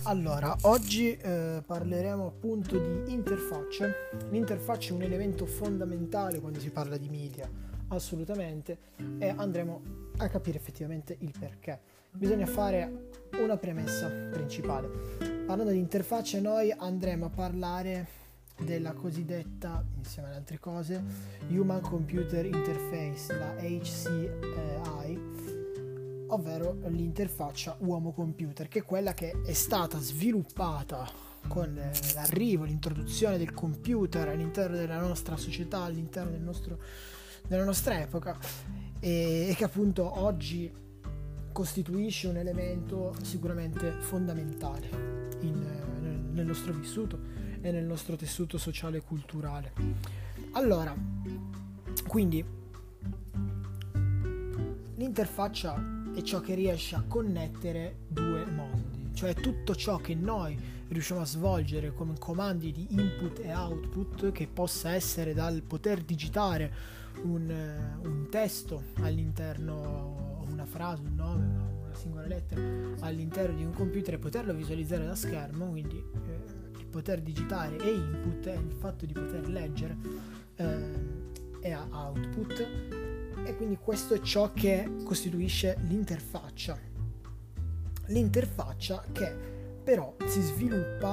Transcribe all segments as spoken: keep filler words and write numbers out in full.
Allora, oggi eh, parleremo appunto di interfacce. L'interfaccia è un elemento fondamentale quando si parla di media, assolutamente, e andremo a capire effettivamente il perché. Bisogna fare una premessa principale. Parlando di interfacce, noi andremo a parlare della cosiddetta, insieme ad altre cose, Human Computer Interface, la H C I, ovvero l'interfaccia uomo-computer, che è quella che è stata sviluppata con l'arrivo, l'introduzione del computer all'interno della nostra società, all'interno del nostro, della nostra epoca, e, e che appunto oggi costituisce un elemento sicuramente fondamentale in, nel, nel nostro vissuto e nel nostro tessuto sociale e culturale. Allora, quindi l'interfaccia è ciò che riesce a connettere due mondi, cioè tutto ciò che noi riusciamo a svolgere come comandi di input e output, che possa essere dal poter digitare un, un testo all'interno, una frase, un nome, una singola lettera all'interno di un computer e poterlo visualizzare da schermo, quindi eh, il poter digitare è input e il fatto di poter leggere eh, è output. E quindi questo è ciò che costituisce l'interfaccia. L'interfaccia che però si sviluppa,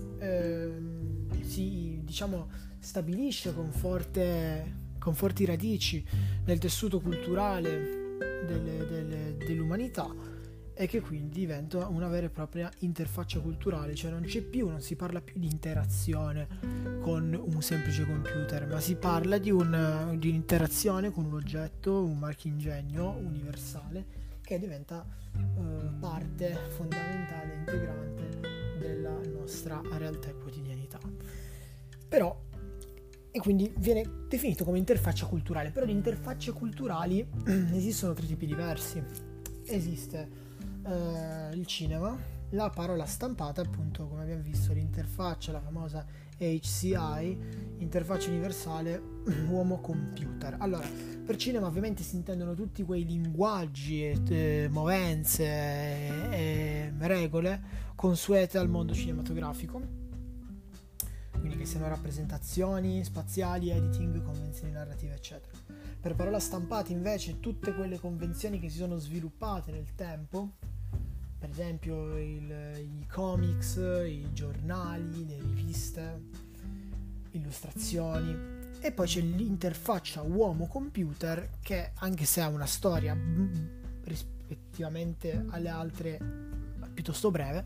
ehm, si diciamo stabilisce con, forte, con forti radici nel tessuto culturale delle, delle, dell'umanità, e che quindi diventa una vera e propria interfaccia culturale, cioè non c'è più, non si parla più di interazione con un semplice computer, ma si parla di, un, di un'interazione con un oggetto, un marchingegno universale che diventa eh, parte fondamentale, integrante della nostra realtà e quotidianità. Però, e quindi viene definito come interfaccia culturale, però di interfacce culturali esistono tre tipi diversi. Esiste Uh, il cinema, la parola stampata, appunto come abbiamo visto, l'interfaccia, la famosa H C I, interfaccia universale uomo-computer. Allora, per cinema ovviamente si intendono tutti quei linguaggi, e, e movenze e, e regole consuete al mondo cinematografico, quindi che siano rappresentazioni spaziali, editing, convenzioni narrative, eccetera. Per parola stampata invece tutte quelle convenzioni che si sono sviluppate nel tempo, per esempio il, i comics, i giornali, le riviste, illustrazioni. E poi c'è l'interfaccia uomo-computer, che anche se ha una storia rispettivamente alle altre piuttosto breve,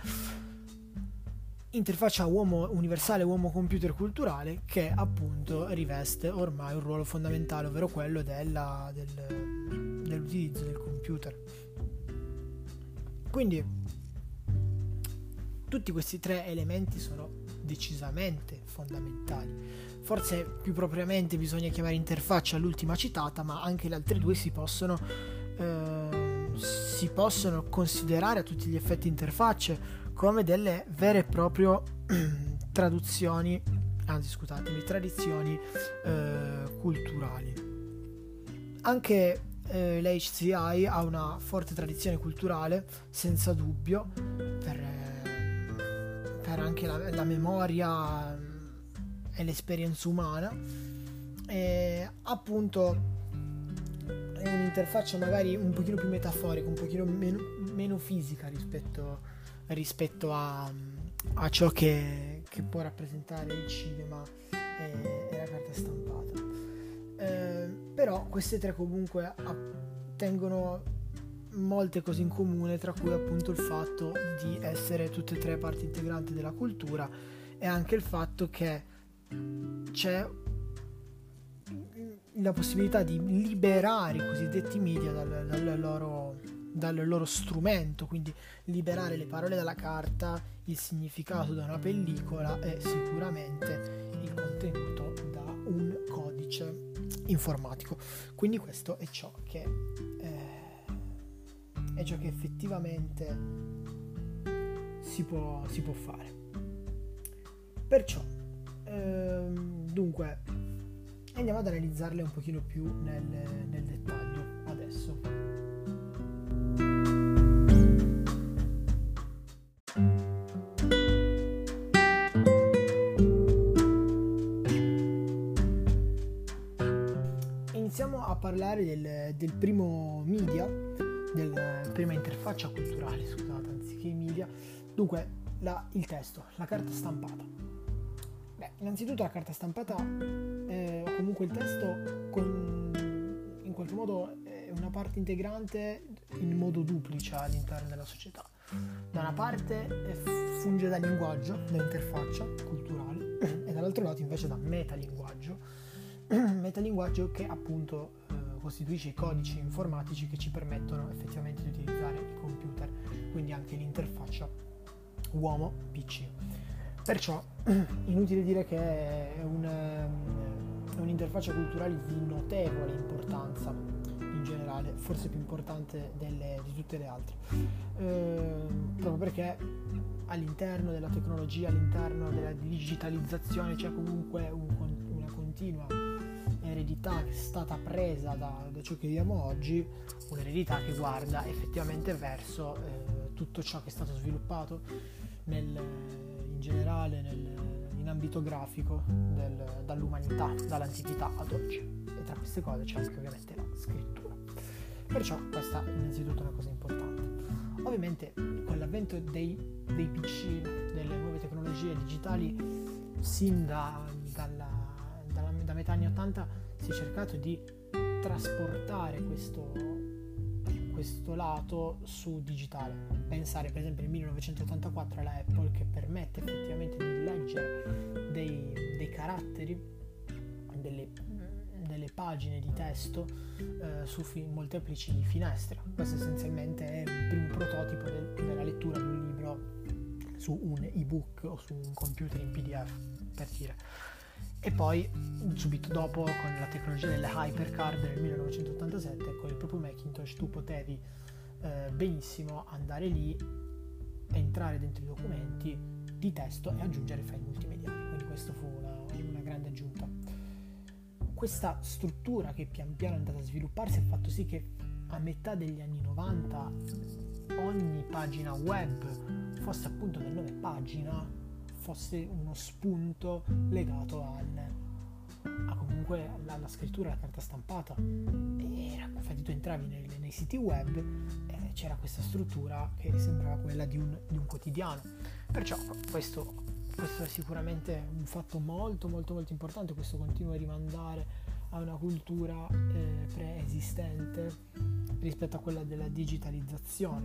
interfaccia uomo universale, uomo-computer culturale, che appunto riveste ormai un ruolo fondamentale, ovvero quello della, del, dell'utilizzo del computer. Quindi tutti questi tre elementi sono decisamente fondamentali. Forse più propriamente bisogna chiamare interfaccia l'ultima citata, ma anche le altre due si possono eh, si possono considerare a tutti gli effetti interfacce come delle vere e proprie traduzioni, anzi scusatemi, tradizioni eh, culturali. Anche eh, l'H C I ha una forte tradizione culturale, senza dubbio, per, eh, per anche la, la memoria e l'esperienza umana, e appunto è un'interfaccia magari un pochino più metaforica, un pochino meno, meno fisica rispetto, rispetto a, a ciò che, che può rappresentare il cinema e, e la carta stampata. Eh, però queste tre comunque tengono molte cose in comune, tra cui appunto il fatto di essere tutte e tre parti integranti della cultura, e anche il fatto che c'è la possibilità di liberare i cosiddetti media dal, dal, loro, dal loro strumento, quindi liberare le parole dalla carta, il significato da una pellicola e sicuramente il contenuto da un codice informatico. Quindi questo è ciò che eh, è ciò che effettivamente si può, si può fare. Perciò ehm, dunque andiamo ad analizzarle un pochino più nel, nel dettaglio adesso. iniziamo a parlare del, del primo media, della prima interfaccia culturale, scusate, anziché i media. Dunque, la, il testo, la carta stampata. Beh, innanzitutto la carta stampata, eh, o comunque il testo, con, in qualche modo è una parte integrante in modo duplice all'interno della società. Da una parte eh, funge da linguaggio, da interfaccia culturale, e dall'altro lato invece da metalinguaggio, metalinguaggio che appunto eh, costituisce i codici informatici che ci permettono effettivamente di utilizzare i computer, quindi anche l'interfaccia uomo-P C. Perciò inutile dire che è, un, è un'interfaccia culturale di notevole importanza in generale, forse più importante delle, di tutte le altre, eh, proprio perché all'interno della tecnologia, all'interno della digitalizzazione c'è comunque un, una continua eredità che è stata presa da, da ciò che viviamo oggi, un'eredità che guarda effettivamente verso eh, tutto ciò che è stato sviluppato nel, in generale nel, in ambito grafico del, dall'umanità, dall'antichità ad oggi, e tra queste cose c'è anche ovviamente la scrittura. Perciò questa è innanzitutto una cosa importante. Ovviamente con l'avvento dei, dei P C, delle nuove tecnologie digitali, sin da, dalla, dalla, da metà anni ottanta si è cercato di trasportare questo, questo lato su digitale. Pensare per esempio nel millenovecentottantaquattro alla Apple, che permette effettivamente di leggere dei, dei caratteri, delle, delle pagine di testo eh, su fi- molteplici finestre. Questo essenzialmente è il primo prototipo del, della lettura di un libro su un ebook o su un computer in P D F, per dire. E poi subito dopo, con la tecnologia delle hypercard nel millenovecentottantasette, con il proprio Macintosh tu potevi eh, benissimo andare lì, entrare dentro i documenti di testo e aggiungere file multimediali, quindi questo fu una, una grande aggiunta. Questa struttura che pian piano è andata a svilupparsi ha fatto sì che a metà degli anni novanta ogni pagina web fosse appunto del nome pagina, fosse uno spunto legato al, a comunque alla, alla scrittura, alla carta stampata. E era, infatti tu entravi nei, nei siti web e c'era questa struttura che sembrava quella di un, di un quotidiano. Perciò questo, questo è sicuramente un fatto molto molto molto importante. Questo continua a rimandare a una cultura eh, preesistente rispetto a quella della digitalizzazione.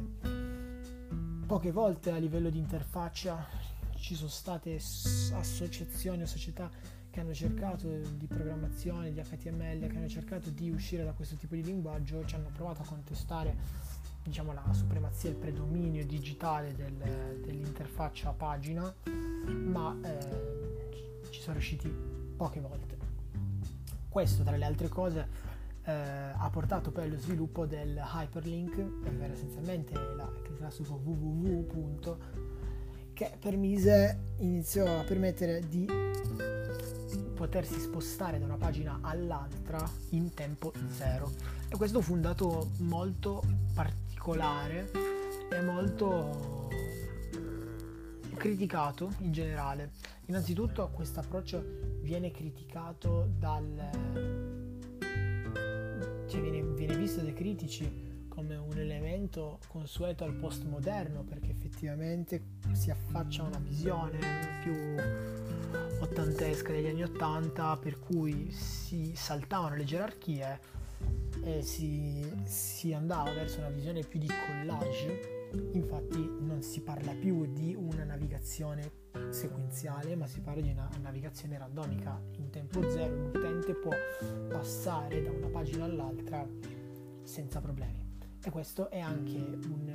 Poche volte a livello di interfaccia ci sono state associazioni o società che hanno cercato di programmazione, di H T M L, che hanno cercato di uscire da questo tipo di linguaggio, ci hanno provato a contestare, diciamo, la supremazia, il predominio digitale del, dell'interfaccia pagina, ma eh, ci sono riusciti poche volte. Questo, tra le altre cose, eh, ha portato poi allo sviluppo del hyperlink, ovvero essenzialmente la classe www. Che permise, iniziò a permettere di potersi spostare da una pagina all'altra in tempo zero, e questo fu un dato molto particolare e molto criticato in generale. Innanzitutto questo approccio viene criticato dal cioè viene, viene visto dai critici come un elemento consueto al postmoderno, perché effettivamente si affaccia a una visione più ottantesca degli anni ottanta, per cui si saltavano le gerarchie e si, si andava verso una visione più di collage. Infatti non si parla più di una navigazione sequenziale, ma si parla di una navigazione randomica in tempo zero. L'utente può passare da una pagina all'altra senza problemi. E questo è anche un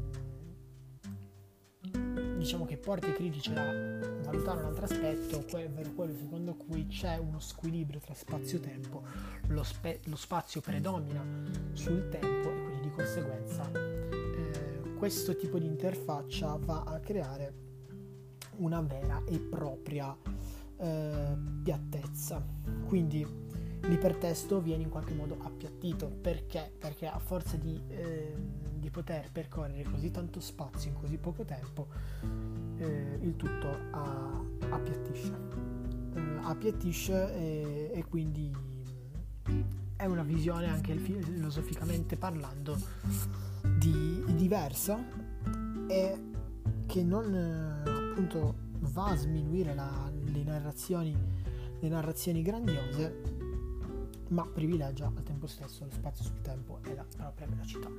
diciamo che porta i critici a valutare un altro aspetto, ovvero quello secondo cui c'è uno squilibrio tra spazio-tempo, lo, spe- lo spazio predomina sul tempo e quindi di conseguenza eh, questo tipo di interfaccia va a creare una vera e propria eh, piattezza. Quindi l'ipertesto viene in qualche modo appiattito. Perché? Perché a forza di, eh, di poter percorrere così tanto spazio in così poco tempo, eh, il tutto a, appiattisce. Eh, appiattisce e, e quindi è una visione anche filosoficamente parlando di, diversa, e che non eh, appunto va a sminuire la, le narrazioni le narrazioni grandiose, ma privilegia al tempo stesso lo spazio sul tempo e la propria velocità.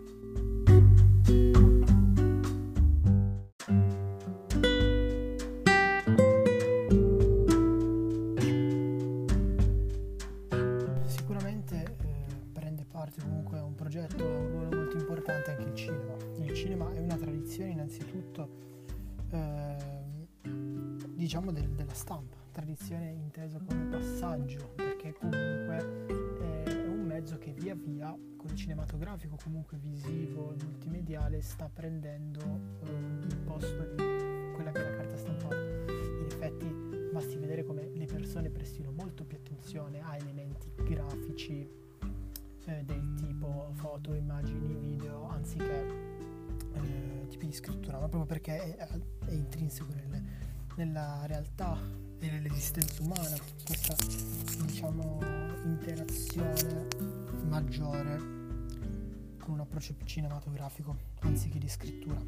Sicuramente eh, prende parte comunque a un progetto, ha un ruolo molto importante anche il cinema. Il cinema è una tradizione innanzitutto eh, diciamo del, della stampa, tradizione intesa come passaggio, perché comunque è un mezzo che via via con il cinematografico, comunque visivo, multimediale, sta prendendo eh, il posto di quella che è la carta stampata. In effetti basti vedere come le persone prestino molto più attenzione a elementi grafici eh, del tipo foto, immagini, video, anziché eh, tipi di scrittura, ma proprio perché è, è intrinseco nelle, nella realtà e nell'esistenza umana questa, diciamo, interazione maggiore con un approccio più cinematografico anziché di scrittura.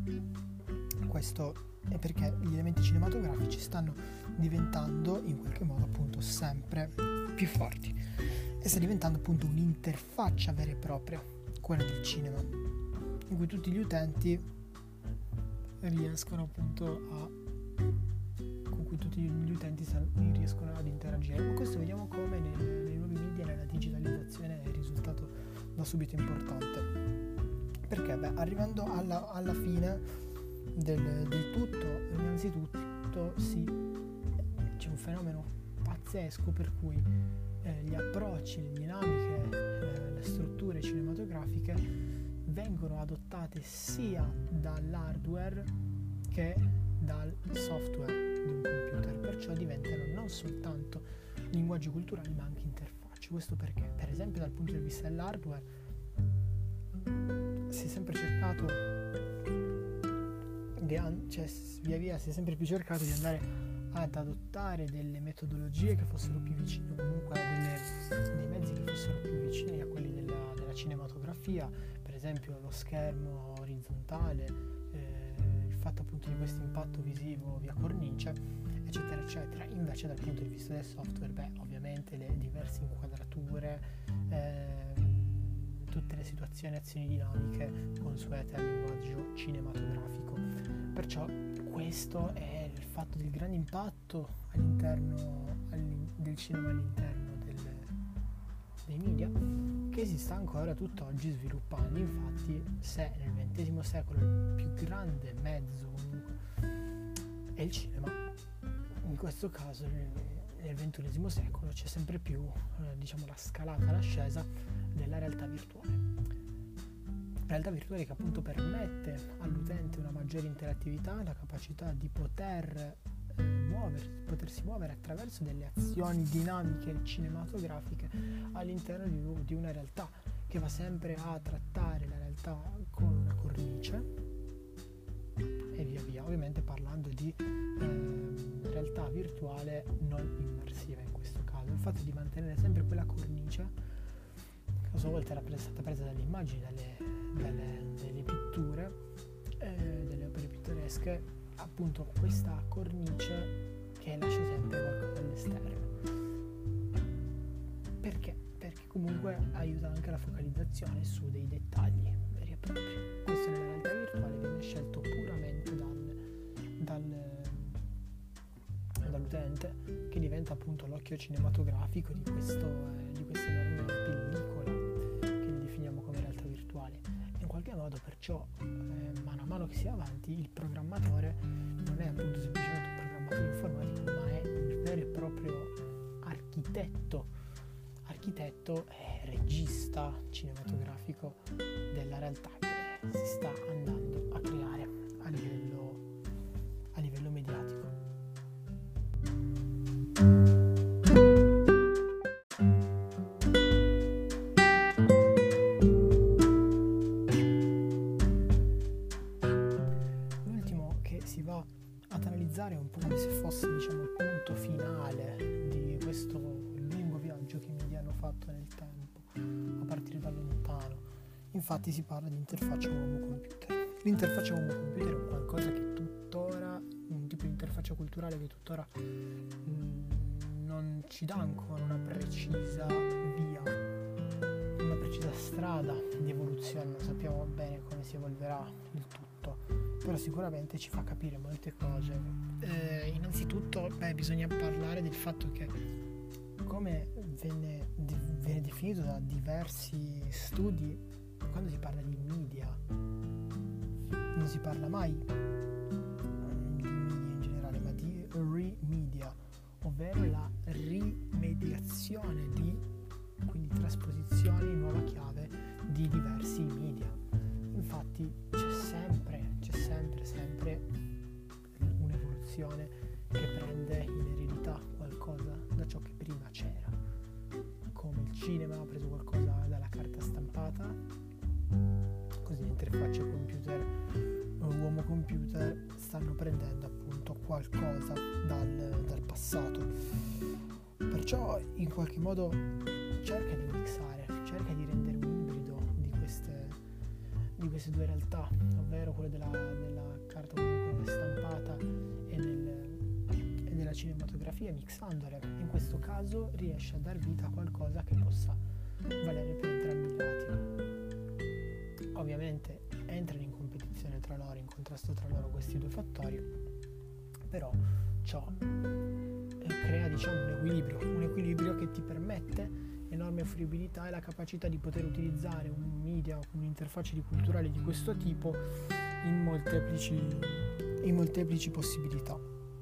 Questo è perché gli elementi cinematografici stanno diventando in qualche modo appunto sempre più forti e sta diventando appunto un'interfaccia vera e propria, quella del cinema, in cui tutti gli utenti riescono appunto a con cui tutti gli utenti riescono ad interagire. Ma questo vediamo come nei, nei nuovi media, nella digitalizzazione, è risultato da subito importante, perché beh, arrivando alla, alla fine del, del tutto, innanzitutto sì, c'è un fenomeno pazzesco per cui eh, gli approcci, le dinamiche, eh, le strutture cinematografiche vengono adottate sia dall'hardware che dal software di un computer, perciò diventano non soltanto linguaggi culturali ma anche interfacce. Questo perché, per esempio, dal punto di vista dell'hardware si è sempre cercato di, cioè via via si è sempre più cercato di andare ad adottare delle metodologie che fossero più vicine, o comunque delle, dei mezzi che fossero più vicini a quelli della, della cinematografia, per esempio lo schermo orizzontale, eh, il fatto appunto di questo impatto visivo via cornice, eccetera eccetera. Invece dal punto di vista del software, beh, ovviamente le diverse inquadrature, eh, tutte le situazioni e azioni dinamiche consuete al linguaggio cinematografico. Perciò questo è il fatto del grande impatto all'interno all'in- del cinema all'interno del, dei media, che si sta ancora tutt'oggi sviluppando. Infatti, se nel ventesimo secolo il più grande mezzo comunque è il cinema, in questo caso nel, nel ventunesimo secolo c'è sempre più eh, diciamo la scalata, l'ascesa della realtà virtuale. Realtà virtuale che appunto permette all'utente una maggiore interattività, la capacità di poter eh, muoversi, potersi muovere attraverso delle azioni dinamiche cinematografiche all'interno di, di una realtà che va sempre a trattare la realtà con una cornice e via via, ovviamente parlando di eh, realtà virtuale non immersiva in questo caso. Il fatto di mantenere sempre quella cornice, a sua volta era stata presa dalle immagini, dalle, dalle, delle pitture, eh, delle opere pittoresche, appunto questa cornice che lascia sempre qualcosa all'esterno. Perché? Perché comunque aiuta anche la focalizzazione su dei dettagli veri e propri. Questo nella realtà virtuale viene scelto puramente dal, dal, dall'utente, che diventa appunto l'occhio cinematografico di, questo, eh, di questa enorme pellicola che definiamo come realtà virtuale. In qualche modo, perciò, eh, mano a mano che si va avanti, il programmatore non è appunto semplicemente un programmatore informatico, ma è il vero e proprio architetto, architetto e regista cinematografico della realtà che si sta andando a creare a livello, a livello mediatico. L'ultimo che si va ad analizzare è un po' come se fosse, diciamo, il punto finale di questo lungo viaggio che i media hanno fatto nel tempo, partire da lontano. Infatti si parla di interfaccia uomo-computer. L'interfaccia uomo-computer è un qualcosa che tuttora, un tipo di interfaccia culturale che tuttora mh, non ci dà ancora una precisa via, una precisa strada di evoluzione. Non sappiamo bene come si evolverà il tutto, però sicuramente ci fa capire molte cose. Eh, innanzitutto beh, bisogna parlare del fatto che, come venne, viene definito da diversi studi, quando si parla di media non si parla mai di media in generale, ma di remedia, ovvero la rimediazione di, quindi trasposizione in nuova chiave di diversi media. Infatti c'è sempre, c'è sempre, sempre un'evoluzione che prende in eredità qualcosa da ciò che prima c'era, come il cinema ha preso qualcosa dalla carta stampata, così le interfacce computer uomo-computer stanno prendendo appunto qualcosa dal, dal passato. Perciò in qualche modo cerca di mixare, cerca di rendere un ibrido di queste, di queste due realtà, ovvero quello della, della carta comunque stampata e, del, e della cinematografia, mixandole. In questo caso riesce a dar vita a qualcosa che possa valere per entrambi i lati. Ovviamente entrano in competizione tra loro, in contrasto tra loro questi due fattori, però ciò crea diciamo un equilibrio, un equilibrio che ti permette enorme fruibilità e la capacità di poter utilizzare un media o un'interfaccia di culturale di questo tipo in molteplici, in molteplici possibilità.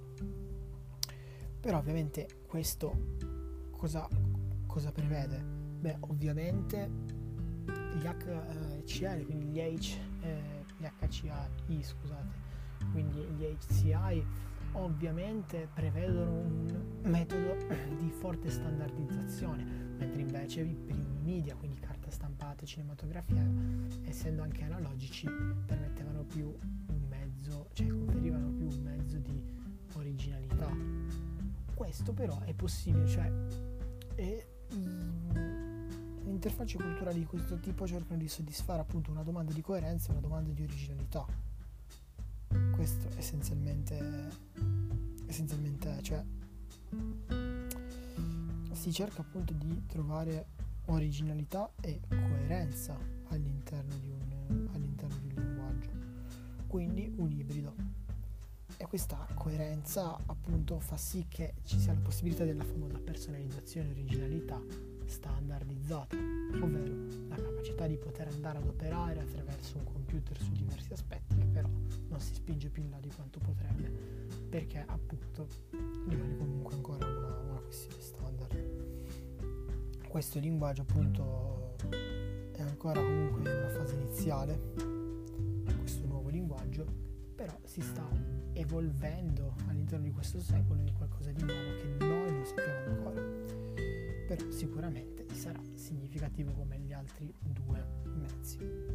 Però ovviamente questo cosa, cosa prevede? Beh, ovviamente gli H C L, quindi gli, H, eh, gli H C I, scusate, quindi gli H C I ovviamente prevedono un metodo di forte standardizzazione, mentre invece i primi media, quindi carta stampata e cinematografia, essendo anche analogici, permettevano più un mezzo, cioè conferivano più un mezzo di originalità. Questo però è possibile, cioè è, le interfacce culturali di questo tipo cercano di soddisfare appunto una domanda di coerenza e una domanda di originalità. Questo essenzialmente essenzialmente è, cioè si cerca appunto di trovare originalità e coerenza all'interno di un all'interno di un linguaggio, quindi un ibrido. E questa coerenza appunto fa sì che ci sia la possibilità della famosa personalizzazione e originalità standardizzata, ovvero la capacità di poter andare ad operare attraverso un computer su diversi aspetti, che però non si spinge più in là di quanto potrebbe, perché appunto rimane comunque ancora una, una questione standard. Questo linguaggio appunto è ancora comunque in una fase iniziale, questo nuovo linguaggio, però si sta evolvendo all'interno di questo secolo in qualcosa di nuovo che noi non sappiamo ancora, però sicuramente sarà significativo come gli altri due mezzi.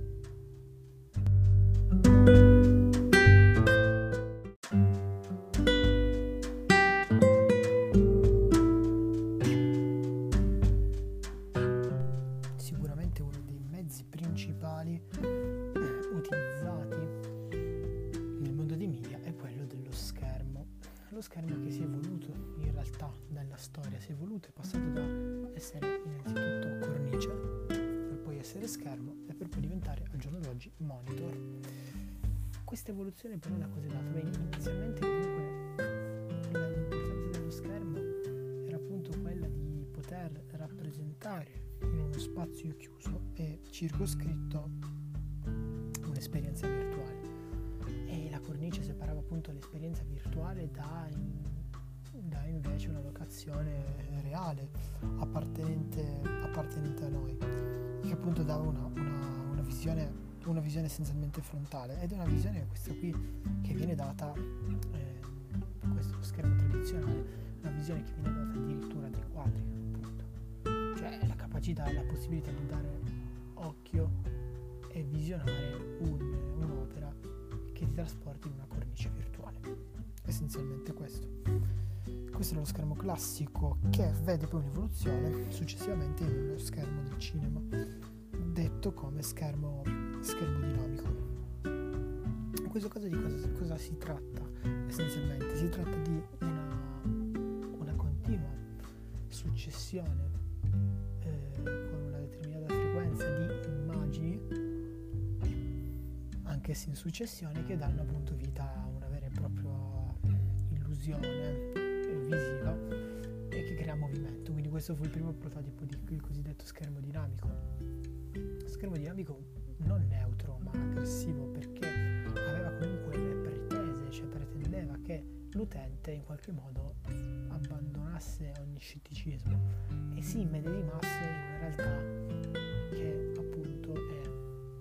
Sicuramente uno dei mezzi principali utilizzati nel mondo dei media è quello dello schermo. Lo schermo che si è evoluto in realtà dalla storia, si è evoluto, è passato da essere innanzitutto cornice, per poi essere schermo e per poi diventare al giorno d'oggi monitor. Questa evoluzione però da cosa è data? Beh, inizialmente comunque l'importanza dello schermo era appunto quella di poter rappresentare in uno spazio chiuso e circoscritto un'esperienza virtuale, e la cornice separava appunto l'esperienza virtuale da, in, da invece una locazione reale appartenente, appartenente a noi, che appunto dava una, una, una visione una visione essenzialmente frontale, ed è una visione questa qui che viene data eh, questo schermo tradizionale, una visione che viene data addirittura dai quadri, appunto, cioè la capacità, la possibilità di dare occhio e visionare un, un'opera che ti trasporti in una cornice virtuale, essenzialmente questo. Questo è lo schermo classico, che vede poi un'evoluzione successivamente in uno schermo del cinema. noto come schermo, schermo dinamico. In questo caso di cosa, cosa si tratta essenzialmente? Si tratta di una, una continua successione eh, con una determinata frequenza di immagini, anch'esse in successione, che danno appunto vita a una vera e propria illusione visiva e che crea movimento. Quindi questo fu il primo prototipo del cosiddetto schermo dinamico. Schermo dinamico non neutro ma aggressivo, perché aveva comunque le pretese, cioè pretendeva che l'utente in qualche modo abbandonasse ogni scetticismo e si immedesimasse in una realtà che appunto è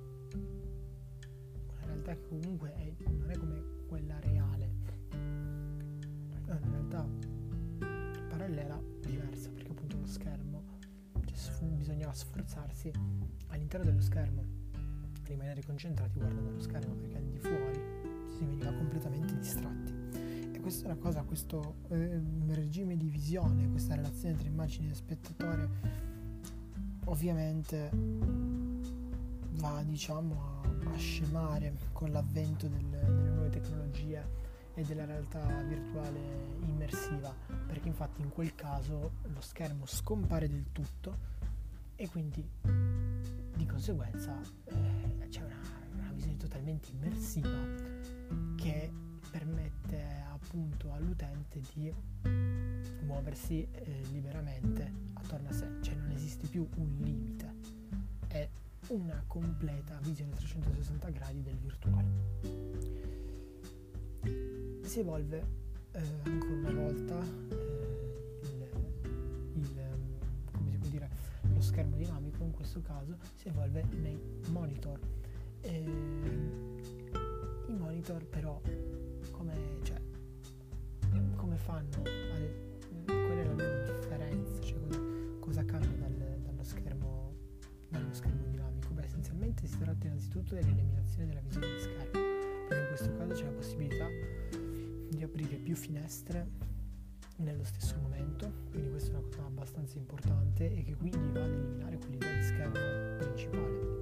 una realtà che comunque è, non è come quella reale, è una realtà parallela, diversa, perché appunto lo schermo, cioè, bisognava sforzarsi all'interno dello schermo rimanere concentrati guardando lo schermo, perché al di fuori si veniva completamente distratti. E questa è una cosa, questo eh, regime di visione, questa relazione tra immagine e spettatore ovviamente va, diciamo, a, a scemare con l'avvento del, delle nuove tecnologie e della realtà virtuale immersiva, perché infatti in quel caso lo schermo scompare del tutto e quindi di conseguenza eh, c'è una, una visione totalmente immersiva che permette appunto all'utente di muoversi eh, liberamente attorno a sé, cioè non esiste più un limite, è una completa visione trecentosessanta gradi del virtuale. Si evolve eh, ancora una volta eh, il, il, come si può dire, lo schermo dinamico, in questo caso si evolve nei monitor. E i monitor però come, cioè, come fanno? Qual è la loro differenza? Cioè, cosa, cosa cambia dal, dallo schermo dallo schermo dinamico? Beh, essenzialmente si tratta innanzitutto dell'eliminazione della visione di schermo, perché in questo caso c'è la possibilità di aprire più finestre nello stesso momento, quindi questa è una cosa abbastanza importante e che quindi va ad eliminare quell'idea di schermo principale.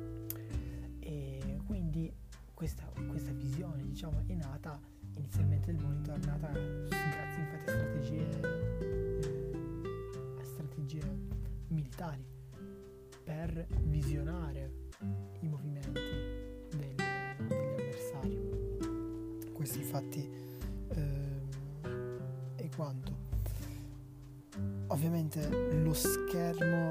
E quindi questa, questa visione, diciamo, è nata inizialmente, il monitor è nata grazie infatti a strategie eh, a strategie militari per visionare i movimenti del, degli avversari. Questo infatti eh, è quanto. Ovviamente lo schermo,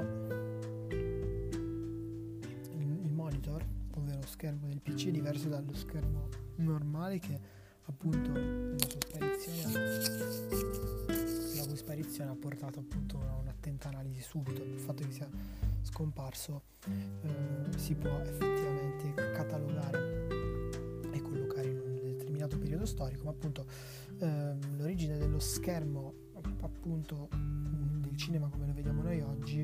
il, il monitor, ovvero lo schermo del P C, è diverso dallo schermo normale, che appunto la sua sparizione, la cui sparizione ha portato appunto a un'attenta analisi subito. Il fatto che sia scomparso eh, si può effettivamente catalogare e collocare in un determinato periodo storico, ma appunto eh, l'origine dello schermo appunto del cinema come lo vediamo noi oggi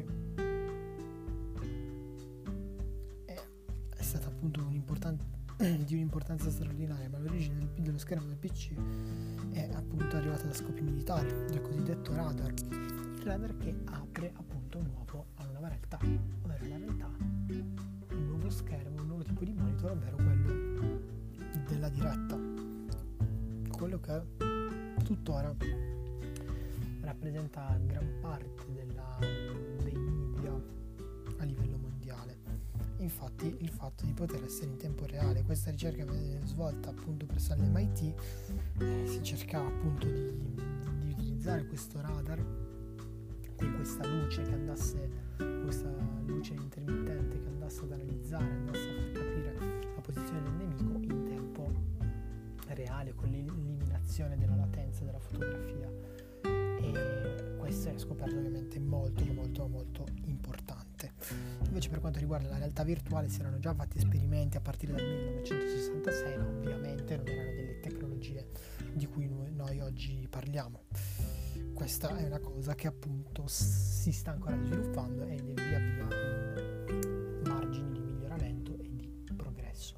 è, è stata appunto un'importante di un'importanza straordinaria, ma l'origine del, dello schermo del P C è appunto arrivata da scopi militari, del cosiddetto radar, il radar che apre appunto un nuovo a una nuova realtà, ovvero la realtà, un nuovo schermo, un nuovo tipo di monitor, ovvero quello della diretta, quello che tuttora rappresenta gran parte della, dei media a livello mondiale. Infatti il fatto di poter essere in tempo reale, questa ricerca svolta appunto presso l'M I T, eh, si cercava appunto di, di utilizzare questo radar con questa luce che andasse, questa luce intermittente che andasse ad analizzare, andasse a far capire la posizione del nemico in tempo reale, con l'eliminazione della latenza della fotografia. E questo è scoperto ovviamente molto molto molto importante. Invece per quanto riguarda la realtà virtuale si erano già fatti esperimenti a partire dal millenovecentosessantasei, ma ovviamente non erano delle tecnologie di cui noi, noi oggi parliamo. Questa è una cosa che appunto si sta ancora sviluppando ed è via via in margini di miglioramento e di progresso.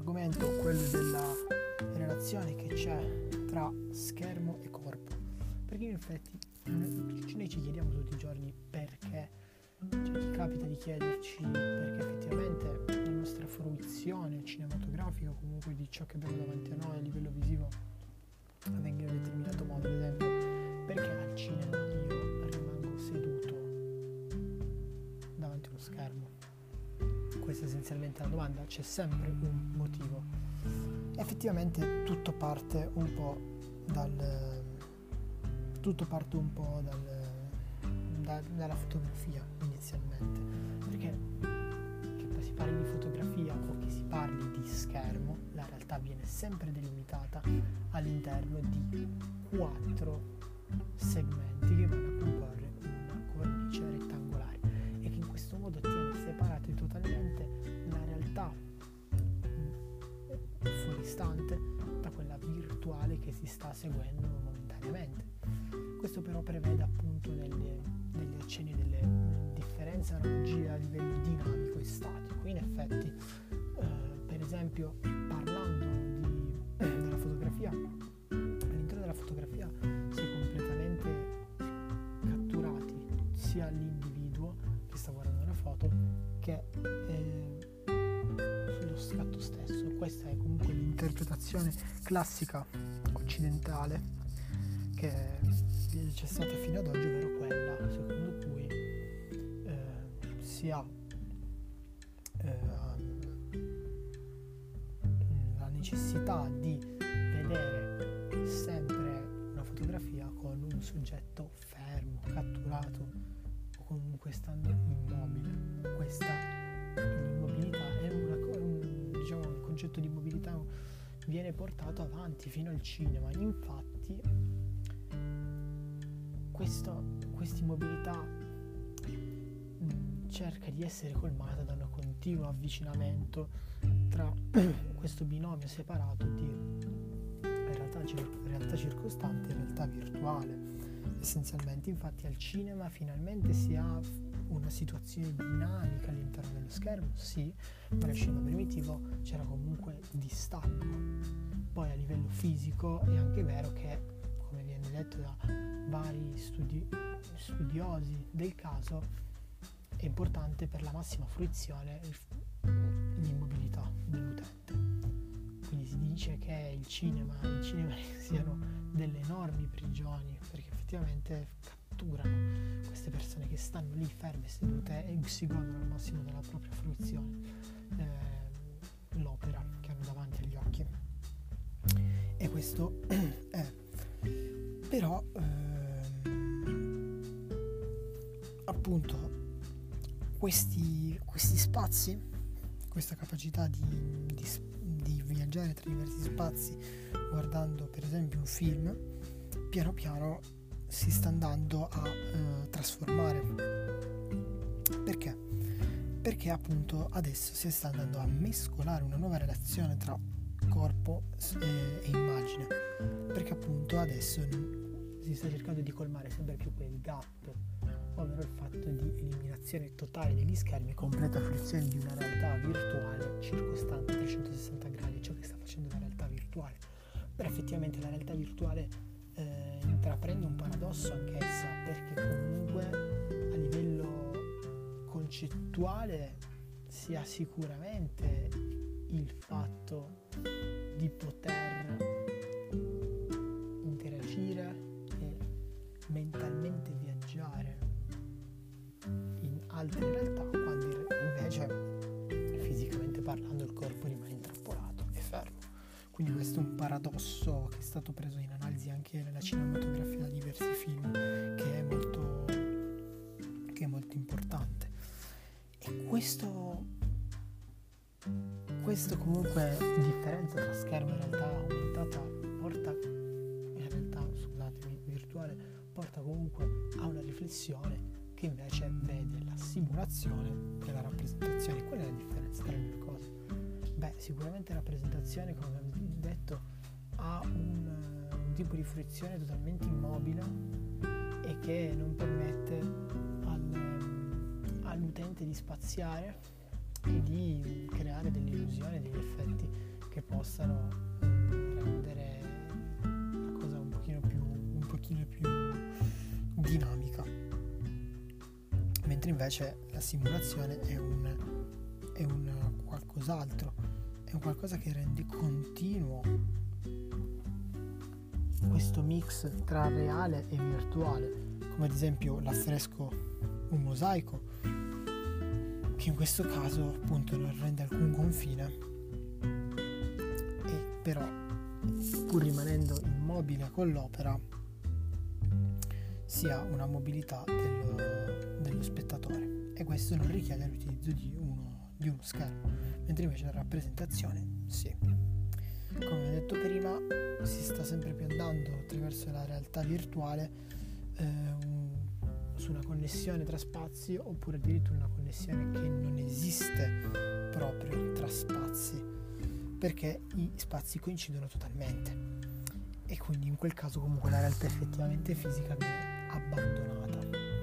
argomento, quello della relazione che c'è tra schermo e corpo, perché in effetti noi ci chiediamo tutti i giorni perché, cioè ci capita di chiederci perché effettivamente la nostra fruizione cinematografica, comunque di ciò che abbiamo davanti a noi a livello visivo, avvenga in un determinato modo. Ad esempio, perché al cinema io rimango seduto davanti a uno schermo? Questa è essenzialmente la domanda. C'è sempre un motivo. Effettivamente tutto parte un po' dal tutto parte un po' dal, da, dalla fotografia inizialmente, perché che poi si parli di fotografia o che si parli di schermo, la realtà viene sempre delimitata all'interno di quattro segmenti che vanno a comporre una cornice rettangolare e che in questo modo tiene separati totalmente la realtà fuoristante da quella virtuale che si sta seguendo momentaneamente. Questo però prevede appunto delle, delle accenni, delle differenze, analogie a livello dinamico e statico. In effetti, eh, per esempio, parlando di, eh, della fotografia, all'interno della fotografia si è completamente catturati sia l'individuo che sta guardando la foto che eh, sullo scatto stesso. Questa è comunque l'interpretazione classica occidentale che c'è stata fino ad oggi, ovvero quella secondo cui eh, si ha eh, la necessità di vedere sempre una fotografia con un soggetto fermo, catturato o comunque stando immobile. Questa l'immobilità è una, un, diciamo, il concetto di immobilità viene portato avanti fino al cinema. Infatti questa immobilità mh, cerca di essere colmata da un continuo avvicinamento tra questo binomio separato di realtà, realtà circostante e realtà virtuale. Essenzialmente, infatti, al cinema finalmente si ha una situazione dinamica all'interno dello schermo, sì, ma nel cinema primitivo c'era comunque distacco. Poi a livello fisico è anche vero che, come viene detto da vari studi- studiosi del caso, è importante per la massima fruizione l'immobilità dell'utente. Quindi si dice che il cinema e il cinema siano delle enormi prigioni, perché effettivamente catturano queste persone che stanno lì ferme, sedute e si godono al massimo della propria fruizione eh, l'opera che hanno davanti agli occhi. E questo è però ehm, appunto questi, questi spazi, questa capacità di, di, di viaggiare tra diversi spazi guardando per esempio un film, piano piano si sta andando a eh, trasformare. Perché? Perché appunto adesso si sta andando a mescolare una nuova relazione tra corpo e, e immagine, perché appunto adesso si sta cercando di colmare sempre più quel gap, ovvero il fatto di eliminazione totale degli schermi e completa fruizione di una realtà virtuale circostante a trecentosessanta gradi, ciò che sta facendo la realtà virtuale. Però effettivamente la realtà virtuale eh, intraprende un paradosso anch'essa, perché comunque a livello concettuale si ha sicuramente il fatto di poter interagire e mentalmente viaggiare in altre realtà, quando invece fisicamente parlando il corpo rimane intrappolato e fermo. Quindi questo è un paradosso che è stato preso in analisi anche nella cinematografia da diversi film, che è molto che è molto importante. E questo questo comunque differenza tra schermo e realtà aumentata porta in realtà, scusatemi, virtuale, porta comunque a una riflessione che invece vede la simulazione e la rappresentazione. Qual è la differenza tra le due cose? Beh, sicuramente la rappresentazione, come abbiamo detto, ha un, un tipo di fruizione totalmente immobile e che non permette al, all'utente di spaziare e di creare delle illusioni, degli effetti che possano rendere la cosa un pochino più, un pochino più dinamica. Mentre invece la simulazione è un, è un qualcos'altro, è un qualcosa che rende continuo questo mix tra reale e virtuale, come ad esempio l'affresco Un mosaico, che in questo caso appunto non rende alcun confine, e però pur rimanendo immobile con l'opera si ha una mobilità dello, dello spettatore, e questo non richiede l'utilizzo di uno, di uno schermo, mentre invece la rappresentazione sì. Come ho detto prima, si sta sempre più andando attraverso la realtà virtuale eh, un, su una connessione tra spazi, oppure addirittura una connessione che non esiste proprio tra spazi, perché i spazi coincidono totalmente, e quindi in quel caso comunque la realtà effettivamente fisica viene abbandonata.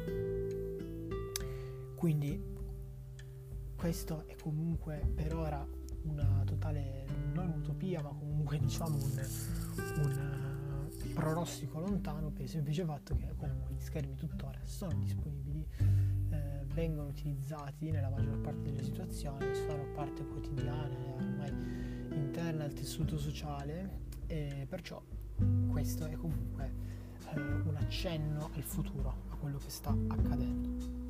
Quindi questo è comunque per ora una totale, non un'utopia, ma comunque diciamo un, un uh, pronostico lontano, per il semplice fatto che comunque gli schermi tuttora sono disponibili, eh, vengono utilizzati nella maggior parte delle situazioni, sono parte quotidiana ormai interna al tessuto sociale, e perciò questo è comunque eh, un accenno al futuro, a quello che sta accadendo.